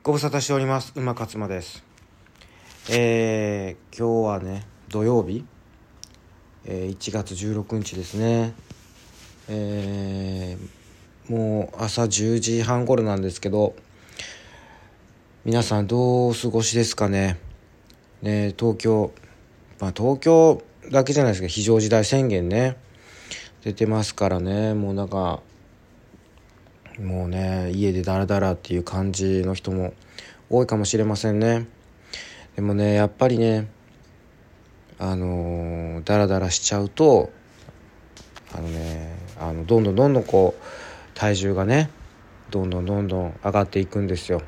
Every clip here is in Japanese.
ご無沙汰しております。馬勝馬です。今日はね土曜日、1月16日ですね。もう朝10時半頃なんですけど、皆さんどうお過ごしですかね。東京だけじゃないですけど、非常事態宣言ね出てますからね。もうね家でダラダラっていう感じの人も多いかもしれませんね。でもねやっぱりねダラダラしちゃうとどんどんこう体重がねどんどん上がっていくんですよ。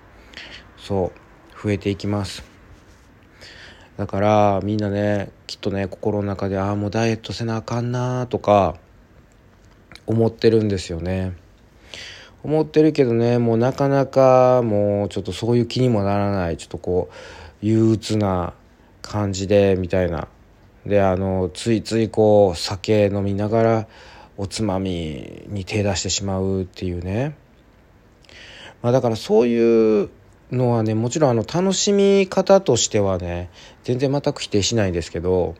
増えていきます。だからみんなねきっとね心の中でもうダイエットせなあかんなとか思ってるんですよね。思ってるけどね、もうなかなかもうちょっとそういう気にもならない、ちょっとこう憂鬱な感じでみたいなで、ついついこう酒飲みながらおつまみに手出してしまうっていうね。だからそういうのはね、もちろん楽しみ方としてはね全然全く否定しないんですけど、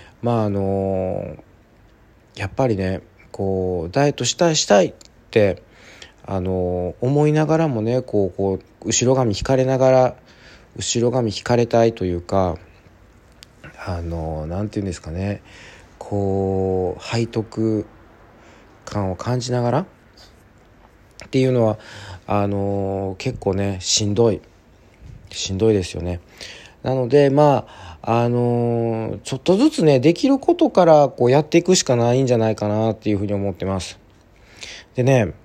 やっぱりねこうダイエットしたいって思いながらもねこう後ろ髪引かれたいというか、なんていうんですかね、こう背徳感を感じながらっていうのは結構ねしんどいですよね。なのでちょっとずつねできることからこうやっていくしかないんじゃないかなっていうふうに思ってます。でね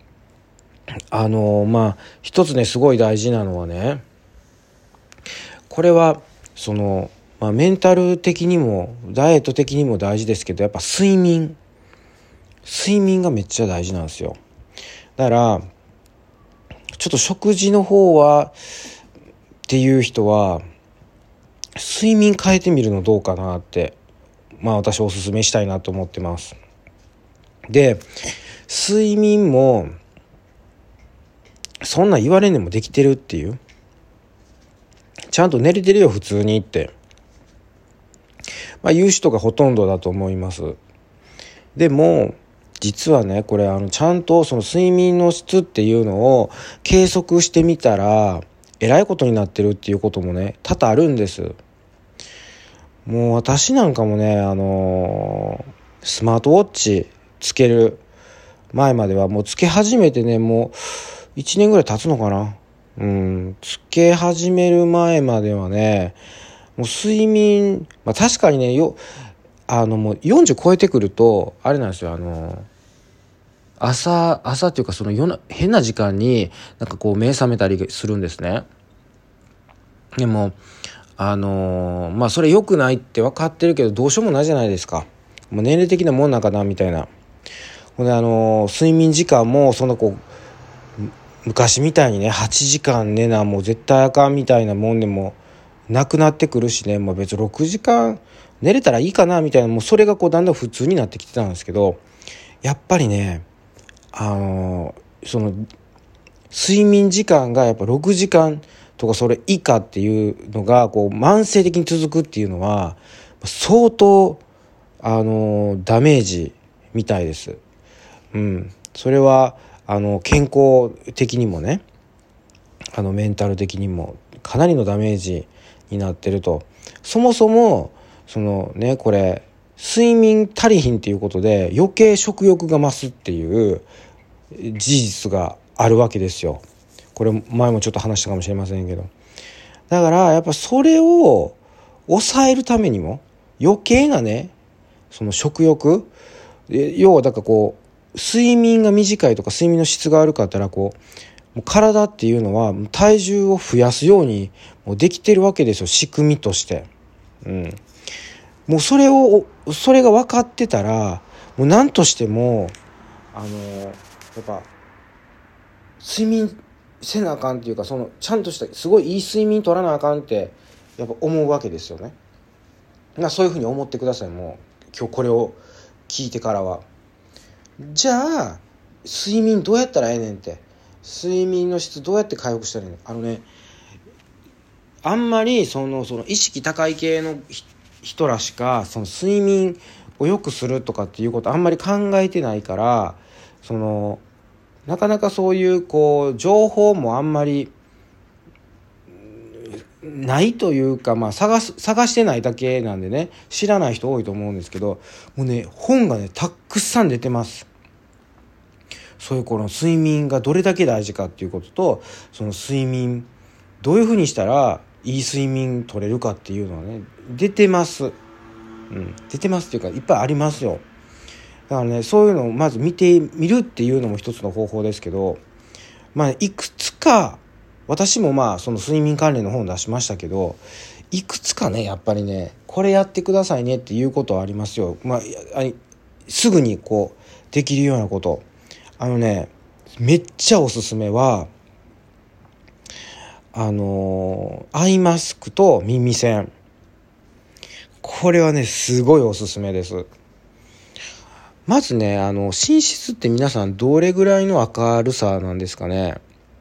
一つねすごい大事なのはね、これはメンタル的にもダイエット的にも大事ですけど、やっぱ睡眠がめっちゃ大事なんですよ。だからちょっと食事の方はっていう人は睡眠変えてみるのどうかなって私おすすめしたいなと思ってます。で睡眠もそんな言われんでもできてるっていう、ちゃんと寝れてるよ普通にって言う人がほとんどだと思います。でも実はねこれちゃんとその睡眠の質っていうのを計測してみたらえらいことになってるっていうこともね多々あるんです。もう私なんかもねスマートウォッチつける前まではもうつけ始めてねもう1年ぐらい経つのかな。つけ始める前まではねもう睡眠確かにねもう40超えてくるとあれなんですよ。朝っていうか変な時間になんかこう目覚めたりするんですね。でもそれ良くないって分かってるけどどうしようもないじゃないですか。もう年齢的なもんなんかなみたいな。ほんで睡眠時間も昔みたいにね8時間寝なもう絶対あかんみたいなもんでもなくなってくるしね、別に6時間寝れたらいいかなみたいな、もうそれがこうだんだん普通になってきてたんですけど、やっぱりね睡眠時間がやっぱ6時間とかそれ以下っていうのがこう慢性的に続くっていうのは相当ダメージみたいです。それは健康的にもねメンタル的にもかなりのダメージになってると。そもそもこれ睡眠足りひんっていうことで余計食欲が増すっていう事実があるわけですよ。これ前もちょっと話したかもしれませんけど、だからやっぱそれを抑えるためにも余計なねその食欲、要はだからこう睡眠が短いとか睡眠の質が悪かったらもう体っていうのは体重を増やすようにもうできてるわけですよ、仕組みとして。もうそれが分かってたらもう何としてもやっぱ睡眠せなあかんっていうかちゃんとしたすごいいい睡眠取らなあかんってやっぱ思うわけですよね。そういうふうに思ってください。もう今日これを聞いてからはじゃあ睡眠どうやったらええねんって、睡眠の質どうやって回復したらいいの。 あんまりその意識高い系の人らしかその睡眠を良くするとかっていうことあんまり考えてないから、なかなかそういう情報もあんまりないというか、探してないだけなんでね、知らない人多いと思うんですけど、もうね、本がねたくさん出てます。そういう睡眠がどれだけ大事かっていうことと、その睡眠どういうふうにしたらいい睡眠取れるかっていうのはね出てます。出てますっていうかいっぱいありますよ。だからね、そういうのをまず見てみるっていうのも一つの方法ですけど、いくつか私もその睡眠関連の本を出しましたけど、いくつかねやっぱりねこれやってくださいねっていうことはありますよ。すぐにできるようなこと、めっちゃおすすめはアイマスクと耳栓。これはねすごいおすすめです。まずね寝室って皆さんどれぐらいの明るさなんですかね。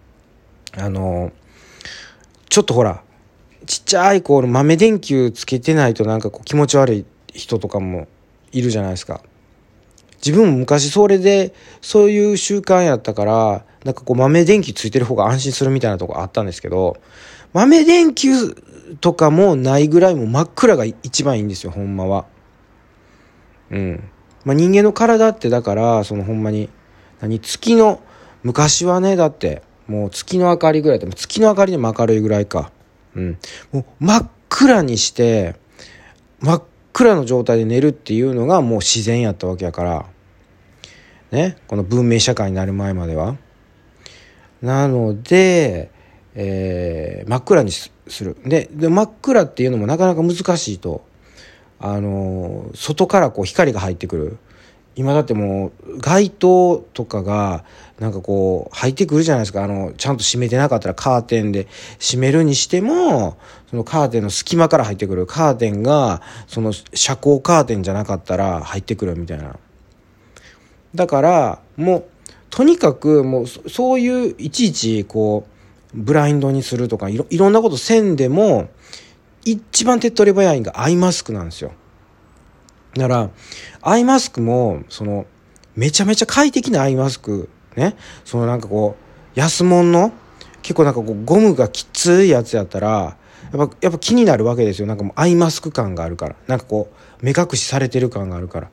ちょっとほらちっちゃい豆電球つけてないとなんか気持ち悪い人とかもいるじゃないですか。自分も昔そういう習慣やったから、なんか豆電球ついてる方が安心するみたいなとこあったんですけど、豆電球とかもないぐらいも真っ暗が一番いいんですよ、ほんまは。人間の体ってだからほんまに昔はね、だってもう月の明かりぐらいでも月の明かりでも明るいぐらいか。もう真っ暗にして真っ暗の状態で寝るっていうのがもう自然やったわけやからね、この文明社会になる前までは。なので、真っ暗にする。で真っ暗っていうのもなかなか難しいと、外から光が入ってくる。今だってもう街灯とかがなんか入ってくるじゃないですか。ちゃんと閉めてなかったらカーテンで閉めるにしても、そのカーテンの隙間から入ってくる。カーテンがその遮光カーテンじゃなかったら入ってくるみたいな。だからもうとにかくもうそういういちいちブラインドにするとかいろんなことせんでも一番手っ取り早いのがアイマスクなんですよ。だからアイマスクもめちゃめちゃ快適なアイマスクね、なんか安物の結構なんかゴムがきついやつやったらやっぱ気になるわけですよ。なんかもうアイマスク感があるから、なんか目隠しされてる感があるから、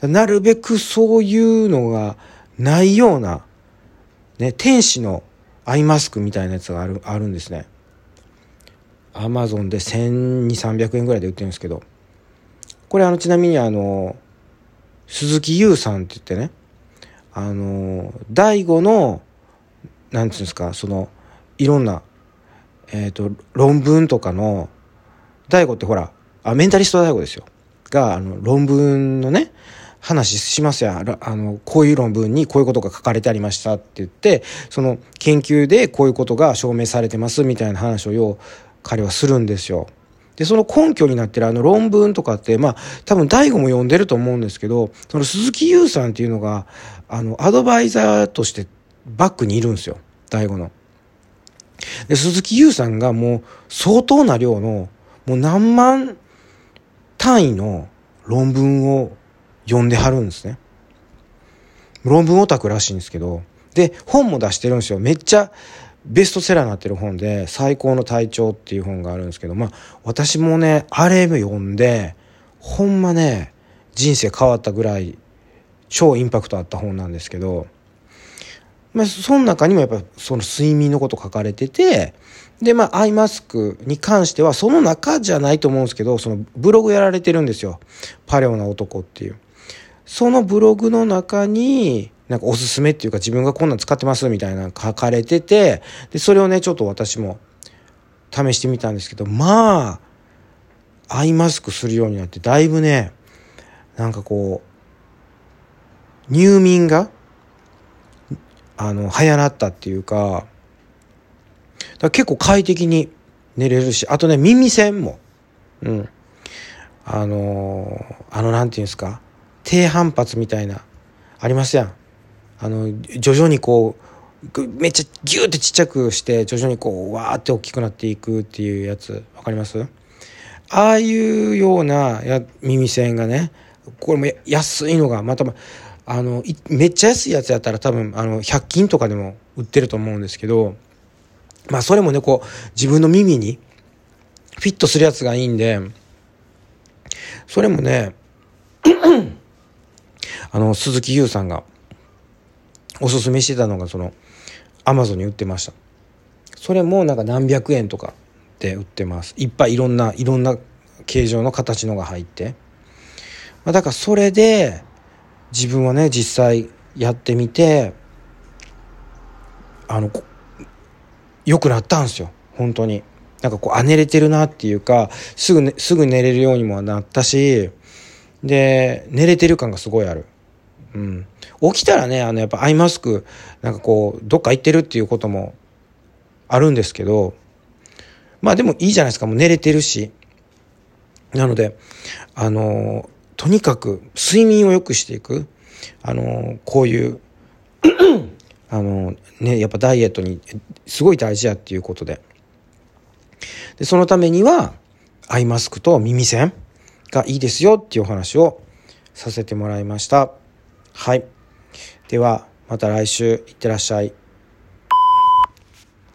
なるべくそういうのがないようなね、天使のアイマスクみたいなやつがあるんですね。アマゾンで1200、300円ぐらいで売ってるんですけど、これちなみに鈴木優さんって言ってね、大悟のなんていうんですか、いろんな論文とかの大悟ってほらメンタリスト大悟ですよが論文のね話しますやこういう論文にこういうことが書かれてありましたって言って、その研究でこういうことが証明されてますみたいな話を彼はするんですよ。でその根拠になってる論文とかって多分大悟も読んでると思うんですけど、その鈴木優さんっていうのがアドバイザーとしてバックにいるんですよ、大悟の。で鈴木優さんがもう相当な量のもう何万単位の論文を読んではるんですね。論文オタクらしいんですけど、で本も出してるんですよ。めっちゃベストセラーになってる本で最高の体調っていう本があるんですけど、私もねあれ読んでほんまね人生変わったぐらい超インパクトあった本なんですけど、その中にもやっぱその睡眠のこと書かれてて、でアイマスクに関してはその中じゃないと思うんですけど、そのブログやられてるんですよ、パレオな男っていう。そのブログの中になんかおすすめっていうか自分がこんなん使ってますみたいなの書かれてて、でそれをねちょっと私も試してみたんですけど、アイマスクするようになってだいぶねなんか入眠が早なったっていうか、だから結構快適に寝れるし、あとね耳栓もなんていうんですか、低反発みたいなありますやん。徐々にめっちゃギューってちっちゃくして徐々にこうわーって大きくなっていくっていうやつ、わかります？ああいうような耳栓がね、これも安いのがまためっちゃ安いやつやったら多分100均とかでも売ってると思うんですけど、まあそれもねこう自分の耳にフィットするやつがいいんで、それもね鈴木優さんがおすすめしてたのがそのアマゾンに売ってました。それもなんか何百円とかで売ってます。いっぱいいろんな形状の形のが入って、だからそれで自分はね実際やってみて良くなったんですよ。本当になんかこう寝れてるなっていうか、すぐ寝れるようにもなったし、で寝れてる感がすごいある。起きたらねやっぱアイマスクなんかこうどっか行ってるっていうこともあるんですけど、まあでもいいじゃないですか、もう寝れてるし。なのでとにかく睡眠を良くしていく、こういうやっぱダイエットにすごい大事やっていうことで、そのためにはアイマスクと耳栓がいいですよっていうお話をさせてもらいました。はい。ではまた来週、いってらっしゃい。